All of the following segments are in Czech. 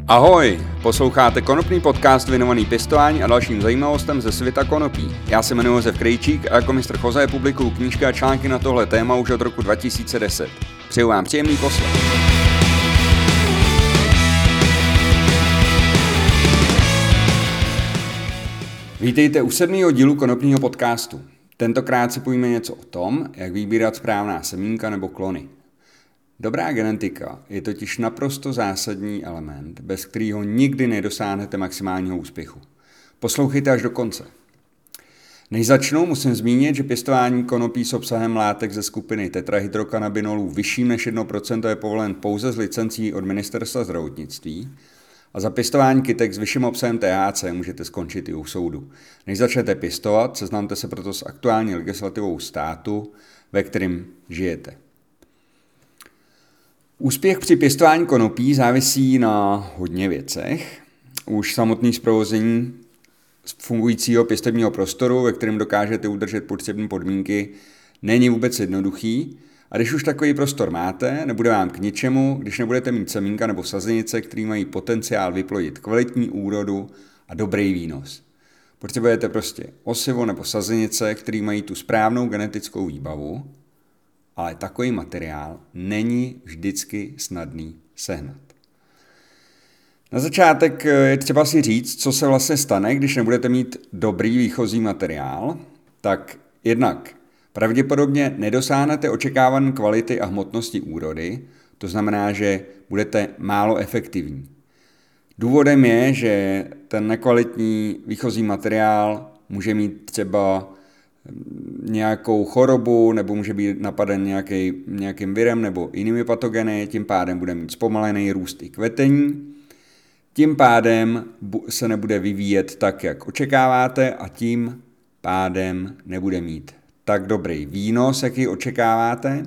Ahoj, posloucháte konopný podcast věnovaný pěstování a dalším zajímavostem ze světa konopí. Já se jmenuji Josef Krejčík a jako mistr Jose publikuju knížky a články na tohle téma už od roku 2010. Přeju vám příjemný poslech. Vítejte u 7. dílu konopního podcastu. Tentokrát si povíme něco o tom, jak vybírat správná semínka nebo klony. Dobrá genetika je totiž naprosto zásadní element, bez kterého nikdy nedosáhnete maximálního úspěchu. Poslouchejte až do konce. Než začnu, musím zmínit, že pěstování konopí s obsahem látek ze skupiny tetrahydrokanabinolů vyšším než 1% je povolen pouze s licencí od Ministerstva zdravotnictví a za pěstování kytek s vyšším obsahem THC můžete skončit i u soudu. Než začnete pěstovat, seznamte se proto s aktuální legislativou státu, ve kterém žijete. Úspěch při pěstování konopí závisí na hodně věcech. Už samotný zprovození fungujícího pěstebního prostoru, ve kterém dokážete udržet potřebné podmínky, není vůbec jednoduchý. A když už takový prostor máte, nebude vám k ničemu, když nebudete mít semínka nebo sazenice, které mají potenciál vyplodit kvalitní úrodu a dobrý výnos. Potřebujete prostě osivo nebo sazenice, které mají tu správnou genetickou výbavu, ale takový materiál není vždycky snadný sehnat. Na začátek je třeba si říct, co se vlastně stane, když nebudete mít dobrý výchozí materiál, tak jednak pravděpodobně nedosáhnete očekávané kvality a hmotnosti úrody, to znamená, že budete málo efektivní. Důvodem je, že ten nekvalitní výchozí materiál může mít třeba nějakou chorobu nebo může být napaden nějakým virem nebo jinými patogeny, tím pádem bude mít zpomalený růst i kvetení, tím pádem se nebude vyvíjet tak, jak očekáváte a tím pádem nebude mít tak dobrý výnos, jaký očekáváte.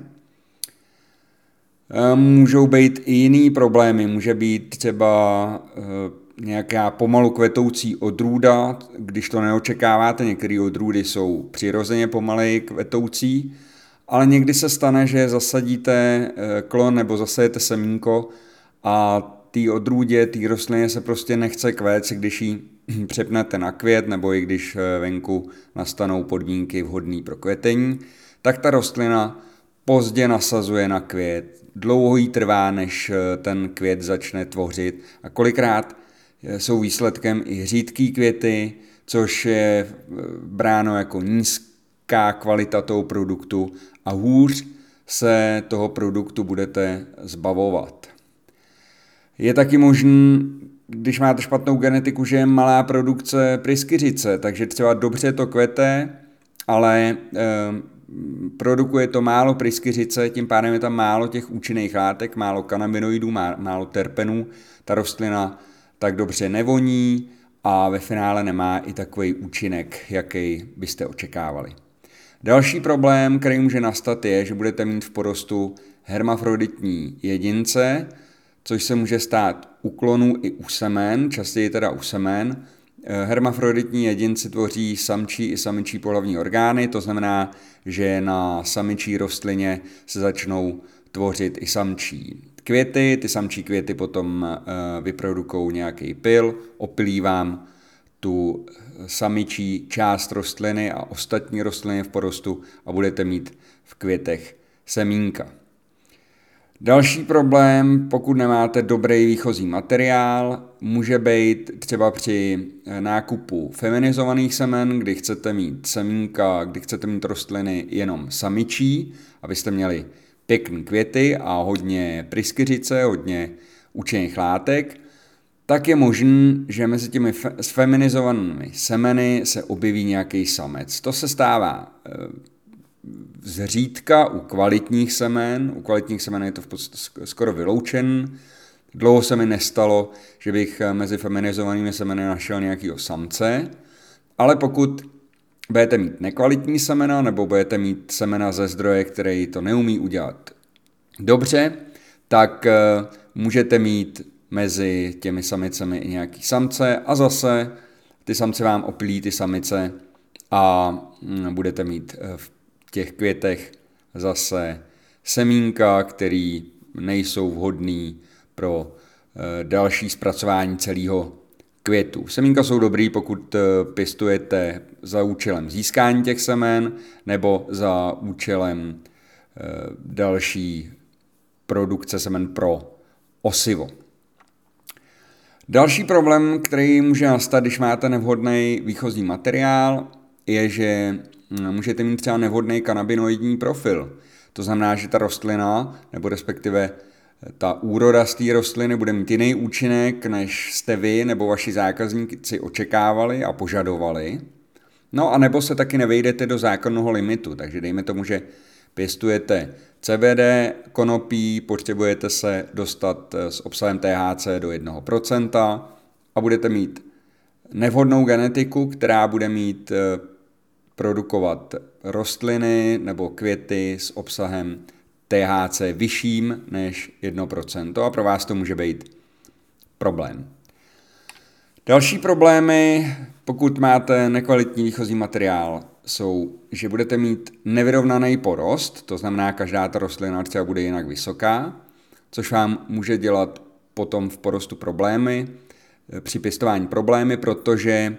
Můžou být i jiný problémy, může být třeba nějaká pomalu kvetoucí odrůda, když to neočekáváte, některé odrůdy jsou přirozeně pomaleji kvetoucí, ale někdy se stane, že zasadíte klon nebo zasejete semínko a té odrůdě, té rostlině se prostě nechce kvést, když ji přepnete na květ nebo i když venku nastanou podmínky vhodné pro kvetení, tak ta rostlina pozdě nasazuje na květ, dlouho jí trvá, než ten květ začne tvořit a kolikrát jsou výsledkem i řídký květy, což je bráno jako nízká kvalita toho produktu a hůř se toho produktu budete zbavovat. Je taky možný, když máte špatnou genetiku, že je malá produkce pryskyřice, takže třeba dobře to kvete, ale produkuje to málo pryskyřice, tím pádem je tam málo těch účinných látek, málo kanabinoidů, málo terpenů, ta rostlina tak dobře nevoní a ve finále nemá i takový účinek, jaký byste očekávali. Další problém, který může nastat, je, že budete mít v porostu hermafroditní jedince, což se může stát u klonů i u semen, častěji teda u semen. Hermafroditní jedinci tvoří samčí i samičí pohlavní orgány, to znamená, že na samičí rostlině se začnou tvořit i samčí květy, ty samčí květy potom vyprodukují nějaký pyl, opylí vám tu samičí část rostliny a ostatní rostliny v porostu a budete mít v květech semínka. Další problém, pokud nemáte dobrý výchozí materiál, může být třeba při nákupu feminizovaných semen, kdy chcete mít semínka, kdy chcete mít rostliny jenom samičí, abyste měli pěkný květy a hodně pryskyřice, hodně účinných látek, tak je možné, že mezi těmi feminizovanými semeny se objeví nějaký samec. To se stává zřídka u kvalitních semen. U kvalitních semen je to v podstatě skoro vyloučen. Dlouho se mi nestalo, že bych mezi feminizovanými semeny našel nějakého samce, ale pokud budete mít nekvalitní semena nebo budete mít semena ze zdroje, který to neumí udělat dobře, tak můžete mít mezi těmi samicemi i nějaký samce a zase ty samce vám opilí ty samice a budete mít v těch květech zase semínka, který nejsou vhodný pro další zpracování celého květu. Semínka jsou dobrý, pokud pěstujete za účelem získání těch semen nebo za účelem další produkce semen pro osivo. Další problém, který může nastat, když máte nevhodný výchozí materiál, je, že můžete mít třeba nevhodný kanabinoidní profil. To znamená, že ta rostlina, nebo respektive ta úroda z té rostliny bude mít jiný účinek, než jste vy nebo vaši zákazníci očekávali a požadovali. No a nebo se taky nevejdete do zákonného limitu, takže dejme tomu, že pěstujete CBD konopí, potřebujete se dostat s obsahem THC do 1% a budete mít nevhodnou genetiku, která bude mít produkovat rostliny nebo květy s obsahem THC vyšším než 1% a pro vás to může být problém. Další problémy, pokud máte nekvalitní výchozí materiál, jsou, že budete mít nevyrovnaný porost, to znamená, každá ta rostlina třeba bude jinak vysoká, což vám může dělat potom v porostu problémy, při pěstování problémy, protože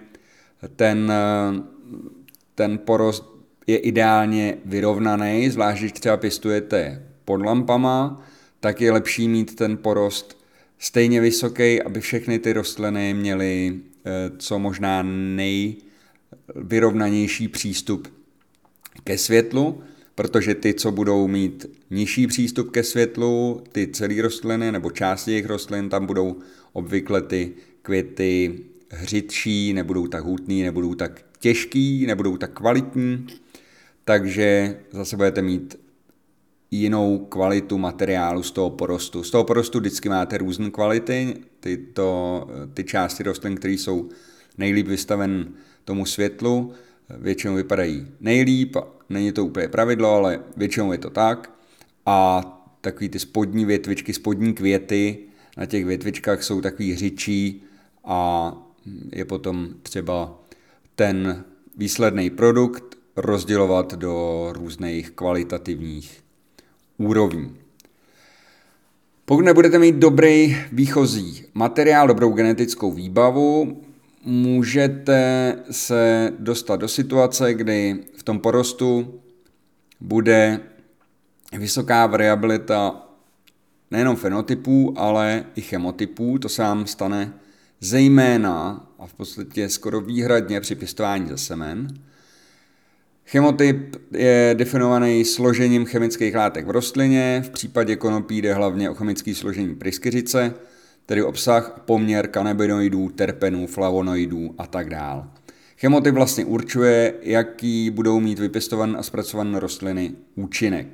ten porost je ideálně vyrovnaný, zvlášť když třeba pěstujete pod lampama, tak je lepší mít ten porost stejně vysoký, aby všechny ty rostliny měly co možná nejvyrovnanější přístup ke světlu, protože ty, co budou mít nižší přístup ke světlu, ty celé rostliny nebo části jejich rostlin, tam budou obvykle ty květy hřitší, nebudou tak hutný, nebudou tak těžký, nebudou tak kvalitní, takže zase budete mít jinou kvalitu materiálu z toho porostu. Z toho porostu vždycky máte různé kvality, ty části rostlin, které jsou nejlíp vystaven tomu světlu, většinou vypadají nejlíp, není to úplně pravidlo, ale většinou je to tak. A takový ty spodní větvičky, spodní květy na těch větvičkách jsou takový hřičí a je potom třeba ten výsledný produkt rozdělovat do různých kvalitativních úrovní. Pokud nebudete mít dobrý výchozí materiál, dobrou genetickou výbavu, můžete se dostat do situace, kdy v tom porostu bude vysoká variabilita nejenom fenotypů, ale i chemotypů. To se vám stane zejména a v podstatě skoro výhradně při pěstování ze semen. Chemotyp je definovaný složením chemických látek v rostlině, v případě konopí jde hlavně o chemické složení pryskyřice, tedy obsah a poměr kanabinoidů, terpenů, flavonoidů a tak dále. Chemotyp vlastně určuje, jaký budou mít vypěstované a zpracované rostliny účinek.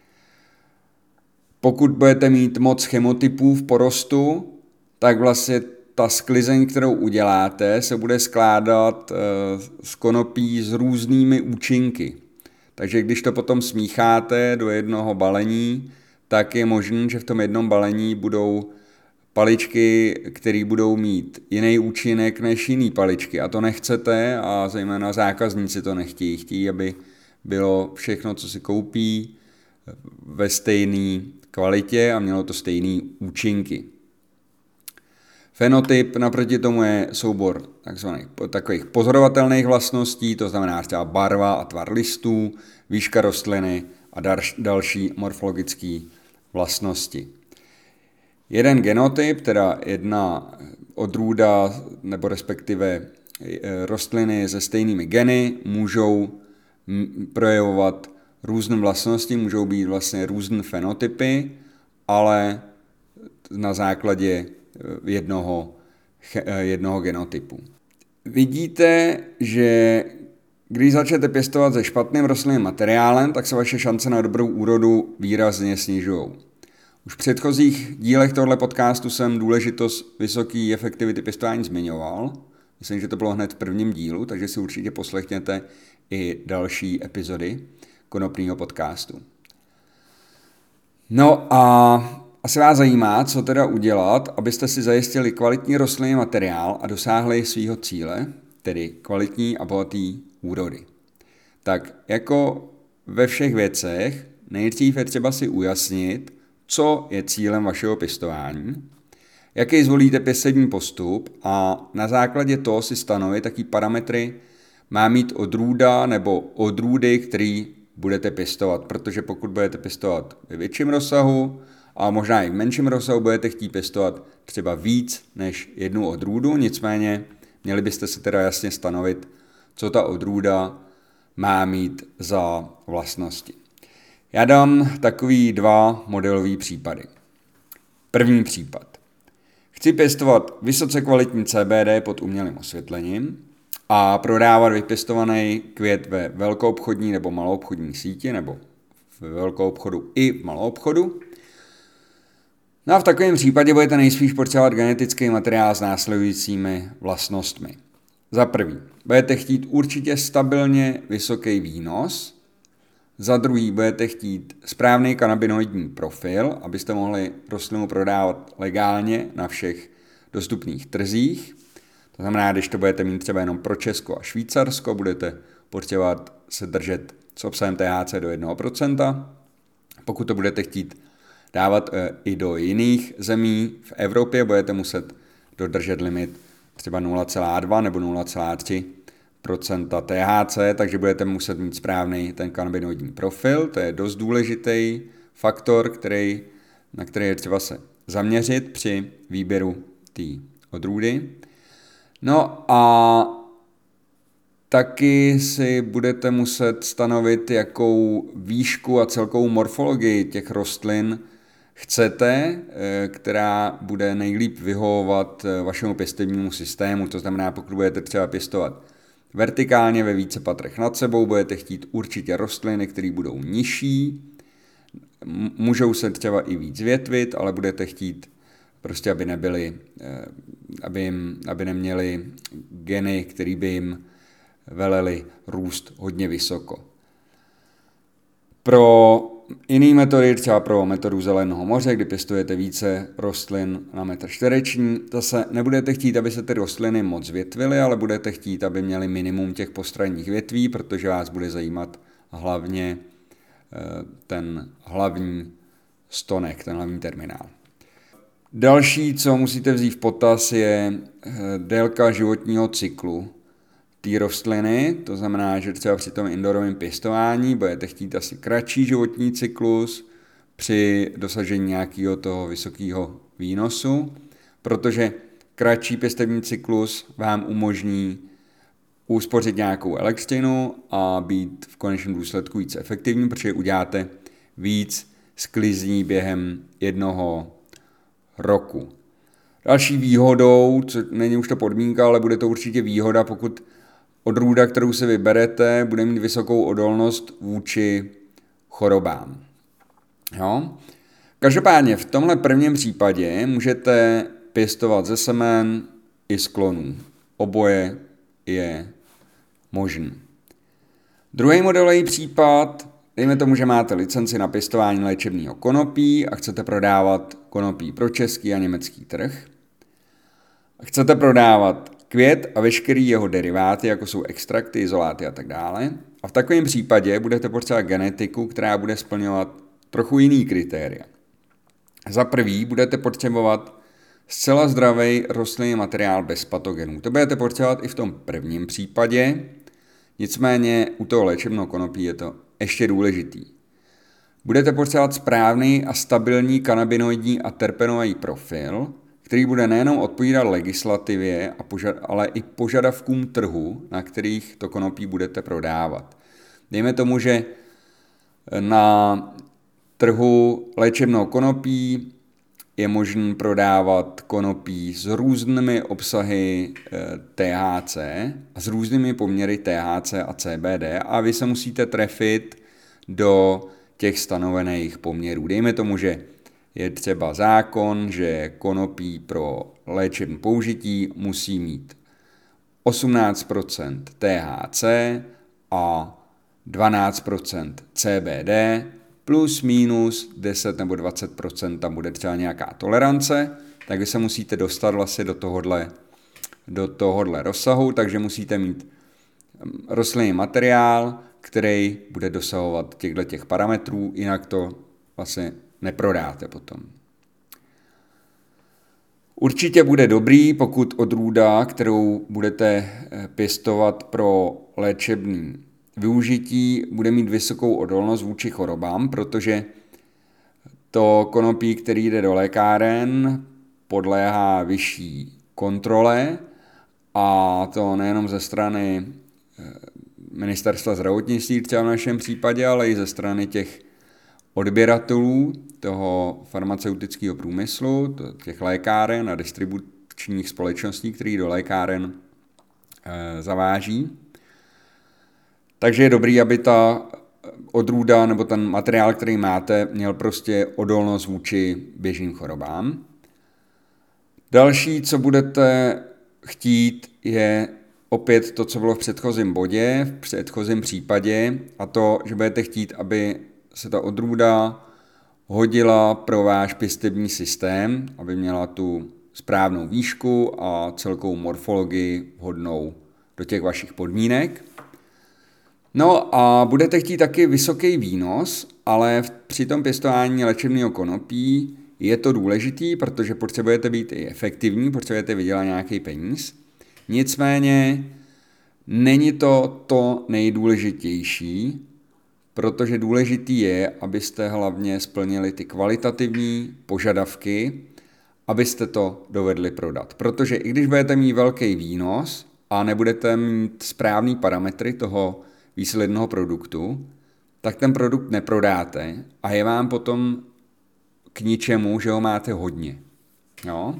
Pokud budete mít moc chemotypů v porostu, tak vlastně ta sklizeň, kterou uděláte, se bude skládat z konopí s různými účinky. Takže když to potom smícháte do jednoho balení, tak je možné, že v tom jednom balení budou paličky, které budou mít jiný účinek než jiný paličky. A to nechcete a zejména zákazníci to nechtějí. Chtějí, aby bylo všechno, co si koupí, ve stejné kvalitě a mělo to stejné účinky. Fenotyp naproti tomu je soubor takových pozorovatelných vlastností, to znamená třeba barva a tvar listů, výška rostliny a další morfologické vlastnosti. Jeden genotyp, teda jedna odrůda nebo respektive rostliny se stejnými geny můžou projevovat různé vlastnosti, můžou být vlastně různé fenotypy, ale na základě jednoho genotypu. Vidíte, že když začnete pěstovat se špatným rostlinným materiálem, tak se vaše šance na dobrou úrodu výrazně snižují. Už v předchozích dílech tohoto podcastu jsem důležitost vysoké efektivity pěstování zmiňoval. Myslím, že to bylo hned v prvním dílu, takže si určitě poslechněte i další epizody konopného podcastu. No a asi vás zajímá, co teda udělat, abyste si zajistili kvalitní rostlinný materiál a dosáhli svého cíle, tedy kvalitní a bohatý úrody. Tak jako ve všech věcech, nejdřív je třeba si ujasnit, co je cílem vašeho pěstování. Jaký zvolíte pěstební postup a na základě toho si stanovit, jaký parametry má mít odrůda nebo odrůdy, který budete pěstovat, protože pokud budete pěstovat ve větším rozsahu a možná i v menším rozsahu budete chtít pěstovat třeba víc než jednu odrůdu, nicméně měli byste si teda jasně stanovit, co ta odrůda má mít za vlastnosti. Já dám takový 2 modelové případy. První případ. Chci pěstovat vysoce kvalitní CBD pod umělým osvětlením a prodávat vypěstovaný květ ve velkoobchodní nebo maloobchodní síti nebo ve velkoobchodu i v maloobchodu. No a v takovém případě budete nejspíš potřebovat genetický materiál s následujícími vlastnostmi. Za prvý, budete chtít určitě stabilně vysoký výnos. Za druhý, budete chtít správný kanabinoidní profil, abyste mohli rostlinu prodávat legálně na všech dostupných trzích. To znamená, když to budete mít třeba jenom pro Česko a Švýcarsko, budete potřebovat se držet s obsahem THC do 1%. Pokud to budete chtít dávat i do jiných zemí v Evropě, budete muset dodržet limit třeba 0,2 nebo 0,3% THC, takže budete muset mít správný ten kanabinoidní profil. To je dost důležitý faktor, na který je třeba se zaměřit při výběru té odrůdy. No a taky si budete muset stanovit, jakou výšku a celkovou morfologii těch rostlin chcete, která bude nejlíp vyhovovat vašemu pěstebnímu systému. To znamená, pokud budete třeba pěstovat vertikálně ve více patrech nad sebou, budete chtít určitě rostliny, které budou nižší, můžou se třeba i víc větvit, ale budete chtít prostě, aby neměli geny, které by jim velely růst hodně vysoko. Pro jiné metody, třeba pro metodu zeleného moře, kdy pěstujete více rostlin na metr čtvereční, zase nebudete chtít, aby se ty rostliny moc větvily, ale budete chtít, aby měly minimum těch postranních větví, protože vás bude zajímat hlavně ten hlavní stonek, ten hlavní terminál. Další, co musíte vzít v potaz, je délka životního cyklu té rostliny, to znamená, že třeba při tom indoorovém pěstování budete chtít asi kratší životní cyklus při dosažení nějakého toho vysokého výnosu, protože kratší pěstební cyklus vám umožní uspořit nějakou elektřinu a být v konečném důsledku víc efektivní, protože uděláte víc sklizní během 1 roku. Další výhodou, co není už to podmínka, ale bude to určitě výhoda, pokud odrůda, kterou si vyberete, bude mít vysokou odolnost vůči chorobám. Jo? Každopádně v tomhle prvním případě můžete pěstovat ze semen i z klonů. Oboje je možný. Druhý modelový případ, dejme tomu, že máte licenci na pěstování léčebného konopí a chcete prodávat konopí pro český a německý trh. Chcete prodávat květ a veškerý jeho deriváty, jako jsou extrakty, izoláty a tak dále. A v takovém případě budete potřebovat genetiku, která bude splňovat trochu jiný kritéria. Za prvý budete potřebovat zcela zdravý rostlinný materiál bez patogenů. To budete potřebovat i v tom prvním případě, nicméně u toho léčebného konopí je to ještě důležitý. Budete potřebovat správný a stabilní kanabinoidní a terpenový profil, který bude nejenom odpovídat legislativě, ale i požadavkům trhu, na kterých to konopí budete prodávat. Dejme tomu, že na trhu léčebného konopí je možné prodávat konopí s různými obsahy THC a s různými poměry THC a CBD a vy se musíte trefit do těch stanovených poměrů. Dejme tomu, že je třeba zákon, že konopí pro léčebné použití musí mít 18% THC a 12% CBD, plus minus 10 nebo 20% tam bude třeba nějaká tolerance, tak vy se musíte dostat vlastně do tohohle rozsahu, takže musíte mít rostlinný materiál, který bude dosahovat těchto parametrů, jinak to vlastně neprodáte potom. Určitě bude dobrý, pokud odrůda, kterou budete pěstovat pro léčebný využití, bude mít vysokou odolnost vůči chorobám, protože to konopí, který jde do lékáren, podléhá vyšší kontrole, a to nejenom ze strany ministerstva zdravotnictví třeba v našem případě, ale i ze strany těch odběratelů toho farmaceutického průmyslu, těch lékáren a distribučních společností, které do lékáren zaváží. Takže je dobrý, aby ta odrůda nebo ten materiál, který máte, měl prostě odolnost vůči běžným chorobám. Další, co budete chtít, je opět to, co bylo v předchozím bodě, v předchozím případě, a to, že budete chtít, aby se ta odrůda hodila pro váš pěstební systém, aby měla tu správnou výšku a celkovou morfologii vhodnou do těch vašich podmínek. No a budete chtít taky vysoký výnos, ale při tom pěstování léčebného konopí je to důležitý, protože potřebujete být i efektivní, potřebujete vydělat nějaký peníz. Nicméně není to nejdůležitější, protože důležitý je, abyste hlavně splnili ty kvalitativní požadavky, abyste to dovedli prodat. Protože i když budete mít velký výnos a nebudete mít správný parametry toho výsledného produktu, tak ten produkt neprodáte a je vám potom k ničemu, že ho máte hodně. Jo?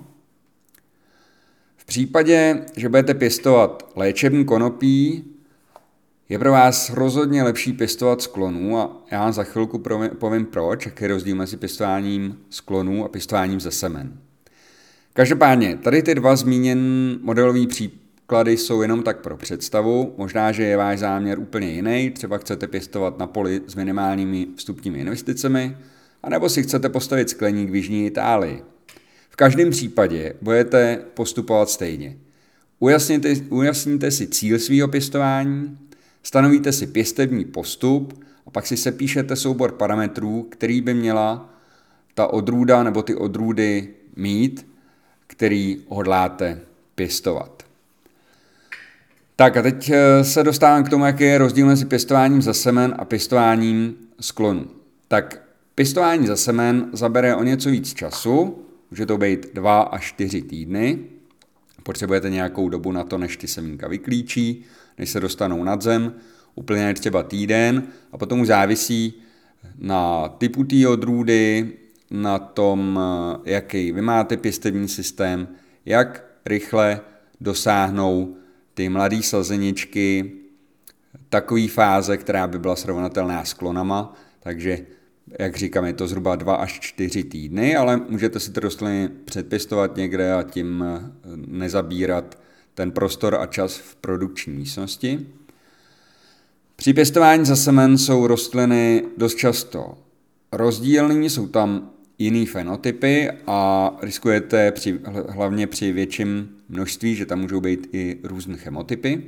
V případě, že budete pěstovat léčebný konopí, je pro vás rozhodně lepší pěstovat z klonů a já vám za chvilku povím proč, jaký je rozdíl mezi pěstováním z klonů a pěstováním ze semen. Každopádně, tady ty dva zmíněné modelové příklady jsou jenom tak pro představu, možná, že je váš záměr úplně jiný, třeba chcete pěstovat na poli s minimálními vstupními investicemi, anebo si chcete postavit skleník v jižní Itálii. V každém případě budete postupovat stejně. Ujasníte si cíl svého pěstování, stanovíte si pěstební postup a pak si sepíšete soubor parametrů, který by měla ta odrůda nebo ty odrůdy mít, který hodláte pěstovat. Tak a teď se dostávám k tomu, jaký je rozdíl mezi pěstováním ze semen a pěstováním z klonů. Tak pěstování ze semen zabere o něco víc času, může to být 2 až 4 týdny. Potřebujete nějakou dobu na to, než ty semínka vyklíčí, než se dostanou nad zem, úplně třeba týden, a potom už závisí na typu té odrůdy, na tom, jaký vy máte pěstební systém, jak rychle dosáhnou ty mladé sazeničky takové fáze, která by byla srovnatelná s klonama, takže jak říkám, je to zhruba 2 až 4 týdny, ale můžete si ty rostliny předpěstovat někde a tím nezabírat ten prostor a čas v produkční místnosti. Při pěstování ze semen jsou rostliny dost často rozdílné, jsou tam jiný fenotypy a riskujete hlavně při větším množství, že tam můžou být i různé chemotypy.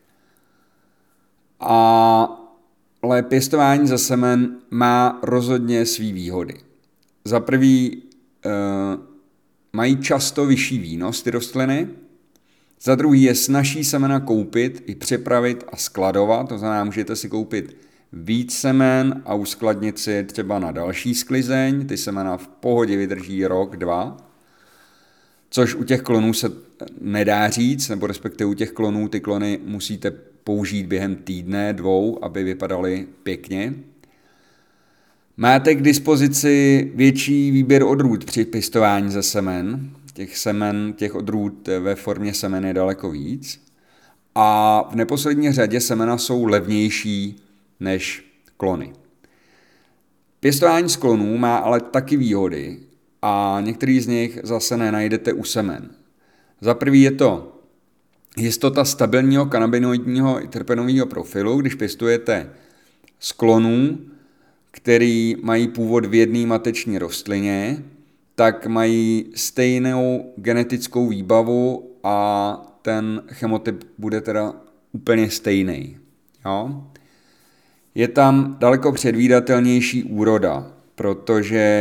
Ale pěstování ze semen má rozhodně svý výhody. Za prvý mají často vyšší výnos ty rostliny, za druhý je snazší semena koupit i připravit a skladovat, to znamená, můžete si koupit víc semen a uskladnit si třeba na další sklizeň, ty semena v pohodě vydrží rok, 2, což u těch klonů se nedá říct, nebo respektive u těch klonů ty klony musíte použít během týdne, 2, aby vypadaly pěkně. Máte k dispozici větší výběr odrůd při pěstování ze semen. Těch odrůd ve formě semen je daleko víc. A v neposlední řadě semena jsou levnější než klony. Pěstování z klonů má ale taky výhody a některý z nich zase nenajdete u semen. Za prvý je to jistota stabilního kanabinoidního i terpenového profilu, když pěstujete z klonů, který mají původ v jedné mateční rostlině, tak mají stejnou genetickou výbavu a ten chemotyp bude teda úplně stejný. Jo? Je tam daleko předvídatelnější úroda, protože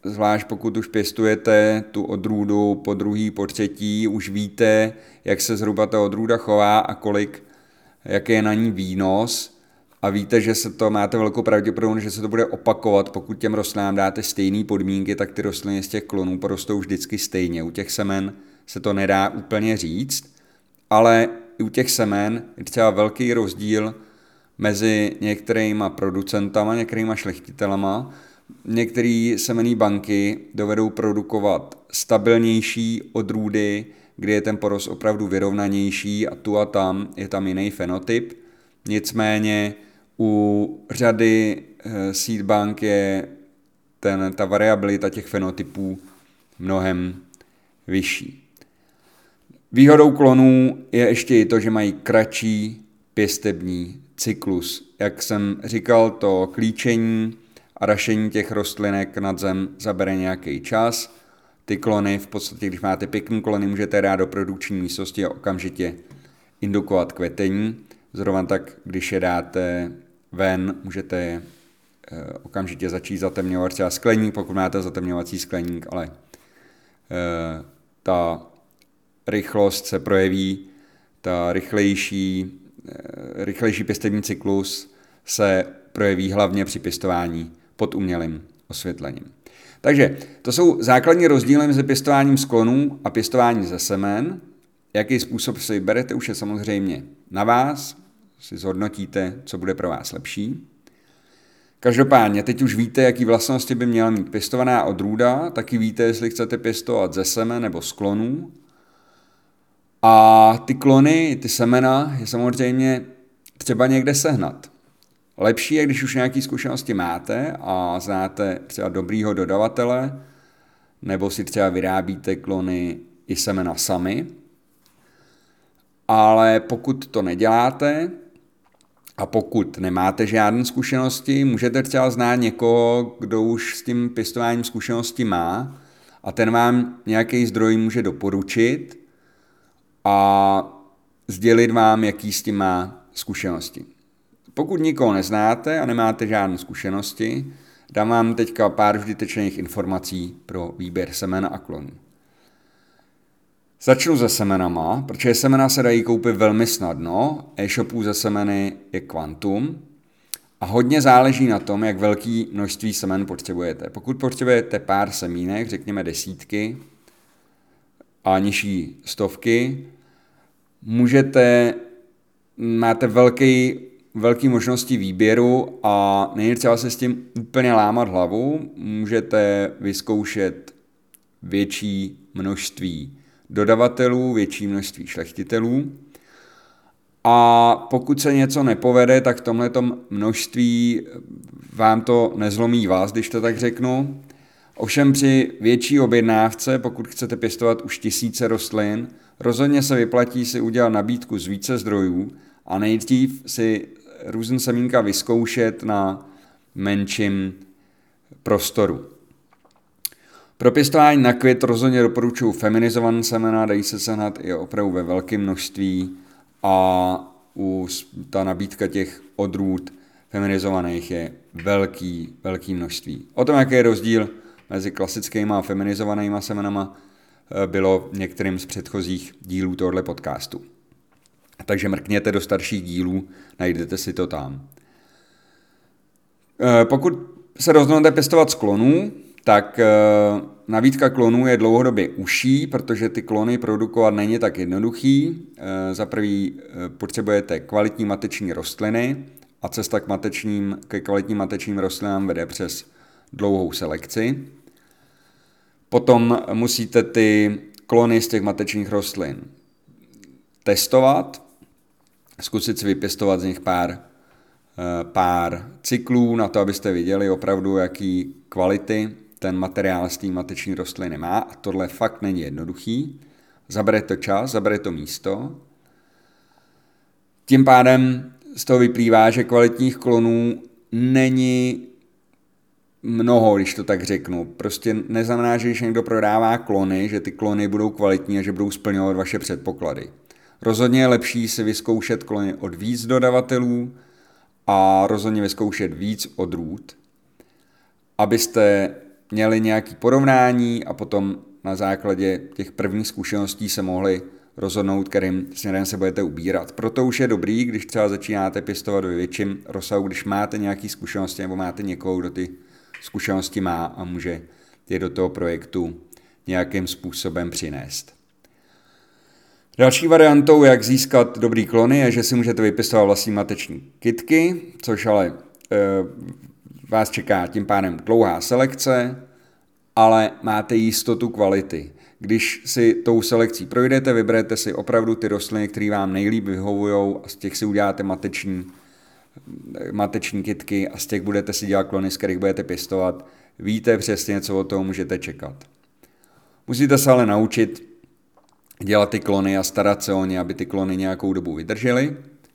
zvlášť pokud už pěstujete tu odrůdu po druhý, po třetí, už víte, jak se zhruba ta odrůda chová a jaký je na ní výnos a víte, že máte velkou pravděpodobnost, že se to bude opakovat, pokud těm rostlinám dáte stejné podmínky, tak ty rostliny z těch klonů porostou vždycky stejně. U těch semen se to nedá úplně říct, ale u těch semen je třeba velký rozdíl mezi některýma producentama, některýma šlechtitelama. Některé semenné banky dovedou produkovat stabilnější odrůdy, kdy je ten porost opravdu vyrovnanější a tu a tam je tam jiný fenotyp. Nicméně u řady seed bank je ta variabilita těch fenotypů mnohem vyšší. Výhodou klonů je ještě i to, že mají kratší pěstební cyklus. Jak jsem říkal, to klíčení a rašení těch rostlinek nad zem zabere nějaký čas. Ty klony, v podstatě, když máte pěkný klony, můžete dát do produkční místnosti a okamžitě indukovat kvetení. Zrovna tak, když je dáte ven, můžete okamžitě začít zatemňovat třeba skleník, pokud máte zatemňovací skleník, ale ta rychlost se projeví, ta rychlejší pěstební cyklus se projeví hlavně při pěstování pod umělým osvětlením. Takže to jsou základní rozdíly mezi pěstováním z klonů a pěstování ze semen. Jaký způsob si vyberete, už je samozřejmě na vás, si zhodnotíte, co bude pro vás lepší. Každopádně, teď už víte, jaký vlastnosti by měla mít pěstovaná odrůda, taky víte, jestli chcete pěstovat ze semen nebo z klonů. A ty klony, ty semena je samozřejmě třeba někde sehnat. Lepší je, když už nějaké zkušenosti máte a znáte třeba dobrýho dodavatele, nebo si třeba vyrábíte klony i semena sami. Ale pokud to neděláte a pokud nemáte žádné zkušenosti, můžete třeba znát někoho, kdo už s tím pěstováním zkušenosti má a ten vám nějaký zdroj může doporučit a sdělit vám, jaký s tím má zkušenosti. Pokud nikoho neznáte a nemáte žádné zkušenosti, dám vám teďka pár užitečných informací pro výběr semen a klonů. Začnu se semenama, protože semena se dají koupit velmi snadno, e-shopů ze semeny je kvantum a hodně záleží na tom, jak velké množství semen potřebujete. Pokud potřebujete pár semínek, řekněme desítky a nižší stovky, máte velké možnosti výběru a není třeba se s tím úplně lámat hlavu, můžete vyzkoušet větší množství dodavatelů, větší množství šlechtitelů a pokud se něco nepovede, tak v tomhletom množství vám to nezlomí vás, když to tak řeknu. Ovšem při větší objednávce, pokud chcete pěstovat už tisíce rostlin, rozhodně se vyplatí si udělat nabídku z více zdrojů a nejdřív si různé semínka vyzkoušet na menším prostoru. Pro pěstování na květ rozhodně doporučuji feminizované semena, dají se sehnat i opravdu ve velkém množství a ta nabídka těch odrůd feminizovaných je velký množství. O tom, jaký je rozdíl mezi klasickými a feminizovanými semenama, bylo některým z předchozích dílů tohoto podcastu. Takže mrkněte do starších dílů, najdete si to tam. Pokud se rozhodnete pěstovat z klonů, tak nabídka klonů je dlouhodobě užší, protože ty klony produkovat není tak jednoduchý. Za prvý potřebujete kvalitní mateční rostliny a cesta ke kvalitním matečním rostlinám vede přes dlouhou selekci. Potom musíte ty klony z těch matečních rostlin testovat, zkusit si vypěstovat z nich pár cyklů na to, abyste viděli opravdu, jaký kvality ten materiál z té mateční rostliny má a tohle fakt není jednoduchý. Zabere to čas, zabere to místo. Tím pádem z toho vyplývá, že kvalitních klonů není mnoho, když to tak řeknu. Prostě neznamená, že když někdo prodává klony, že ty klony budou kvalitní a že budou splňovat vaše předpoklady. Rozhodně je lepší si vyzkoušet klony od víc dodavatelů a rozhodně vyzkoušet víc odrůd, abyste měli nějaké porovnání a potom na základě těch prvních zkušeností se mohli rozhodnout, kterým směrem se budete ubírat. Proto už je dobrý, když třeba začínáte pěstovat ve větším rozsahu, když máte nějaké zkušenosti nebo máte někoho, kdo ty zkušenosti má a může je do toho projektu nějakým způsobem přinést. Další variantou, jak získat dobrý klony, je, že si můžete vypěstovat vlastní mateční kytky, což ale vás čeká tím pádem dlouhá selekce, ale máte jistotu kvality. Když si tou selekcí projdete, vyberete si opravdu ty rostliny, které vám nejlíp vyhovují a z těch si uděláte mateční kytky a z těch budete si dělat klony, z kterých budete pěstovat, víte přesně, co od toho můžete čekat. Musíte se ale naučit dělat ty klony a starat se o ně, aby ty klony nějakou dobu vydržely.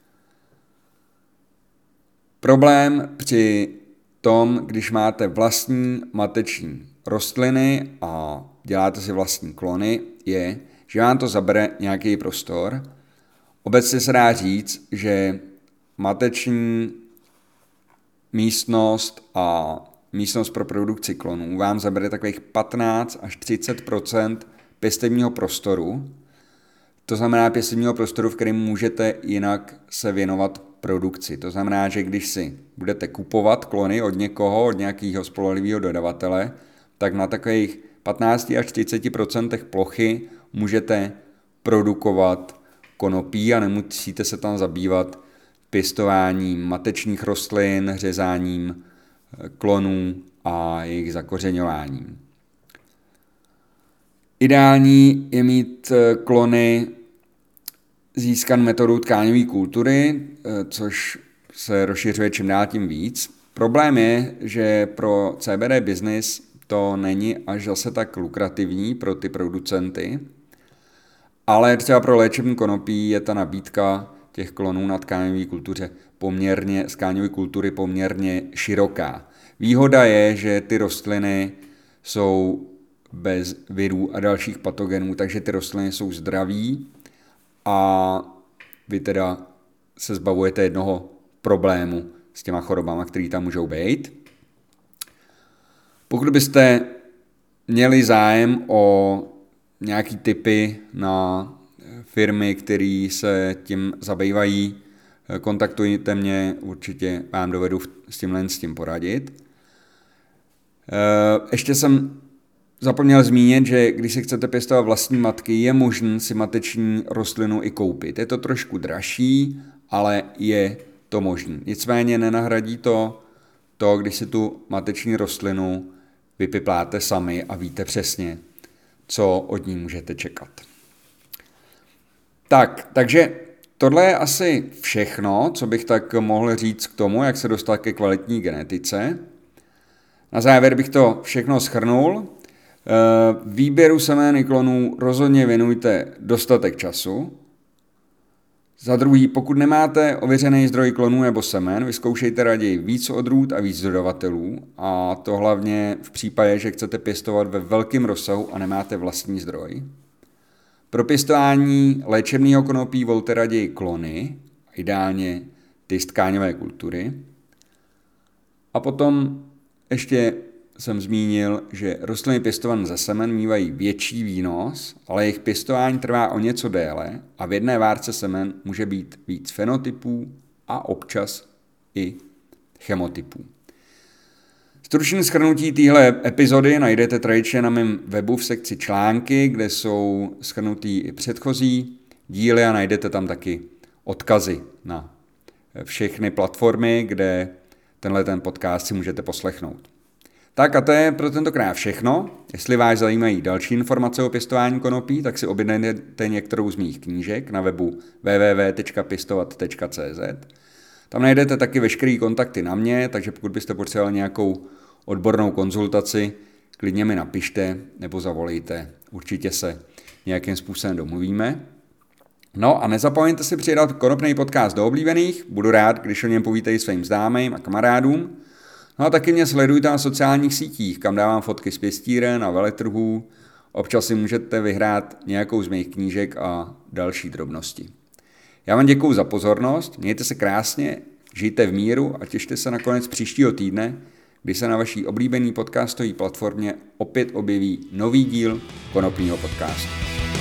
Problém při tom, když máte vlastní mateční rostliny a děláte si vlastní klony, je, že vám to zabere nějaký prostor. Obecně se dá říct, že mateční místnost a místnost pro produkci klonů vám zabere takových 15 až 30% pěstebního prostoru. To znamená pěstebního prostoru, v kterém můžete jinak se věnovat produkci. To znamená, že když si budete kupovat klony od někoho, od nějakého spolehlivého dodavatele, tak na takových 15 až 30% plochy můžete produkovat konopí a nemusíte se tam zabývat pěstováním matečních rostlin, řezáním klonů a jejich zakořeňováním. Ideální je mít klony získan metodou tkáňové kultury, což se rozšiřuje čím dál tím víc. Problém je, že pro CBD business to není až zase tak lukrativní pro ty producenty, ale třeba pro léčebný konopí je ta nabídka těch klonů na tkáňové kultury poměrně široká. Výhoda je, že ty rostliny jsou bez virů a dalších patogenů, takže ty rostliny jsou zdraví a vy teda se zbavujete jednoho problému s těma chorobama, které tam můžou být. Pokud byste měli zájem o nějaký tipy na firmy, které se tím zabývají, kontaktujte mě, určitě vám dovedu s tím poradit. Ještě jsem zapomněl zmínit, že když si chcete pěstovat vlastní matky, je možné si mateční rostlinu i koupit. Je to trošku dražší, ale je to možné. Nicméně nenahradí to, když si tu mateční rostlinu vypipláte sami a víte přesně, co od ní můžete čekat. Takže tohle je asi všechno, co bych tak mohl říct k tomu, jak se dostat ke kvalitní genetice. Na závěr bych to všechno shrnul. Výběru semen i klonů rozhodně věnujte dostatek času. Za druhý, pokud nemáte ověřený zdroj klonů nebo semen, vyzkoušejte raději víc odrůd a víc dodavatelů, a to hlavně v případě, že chcete pěstovat ve velkém rozsahu a nemáte vlastní zdroj. Pro pěstování léčebného konopí volte raději klony, ideálně ty z tkáňové kultury. A potom ještě jsem zmínil, že rostliny pěstované ze semen mívají větší výnos, ale jejich pěstování trvá o něco déle a v jedné várce semen může být víc fenotypů a občas i chemotypů. Stručné shrnutí téhle epizody najdete tradičně na mém webu v sekci články, kde jsou shrnutý i předchozí díly a najdete tam taky odkazy na všechny platformy, kde ten podcast si můžete poslechnout. Tak a to je pro tentokrát všechno. Jestli vás zajímají další informace o pěstování konopí, tak si objednejte některou z mých knížek na webu www.pěstovat.cz. Tam najdete taky veškeré kontakty na mě, takže pokud byste potřebovali nějakou odbornou konzultaci, klidně mi napište nebo zavolejte. Určitě se nějakým způsobem domluvíme. No a nezapomeňte si přidat konopný podcast do oblíbených. Budu rád, když o něm povíte i svým známým a kamarádům. No a taky mě sledujte na sociálních sítích, kam dávám fotky z pěstíren a veletrhů. Občas si můžete vyhrát nějakou z mých knížek a další drobnosti. Já vám děkuju za pozornost, mějte se krásně, žijte v míru a těšte se na konec příštího týdne, kdy se na vaší oblíbené podcastové platformě opět objeví nový díl Konopního podcastu.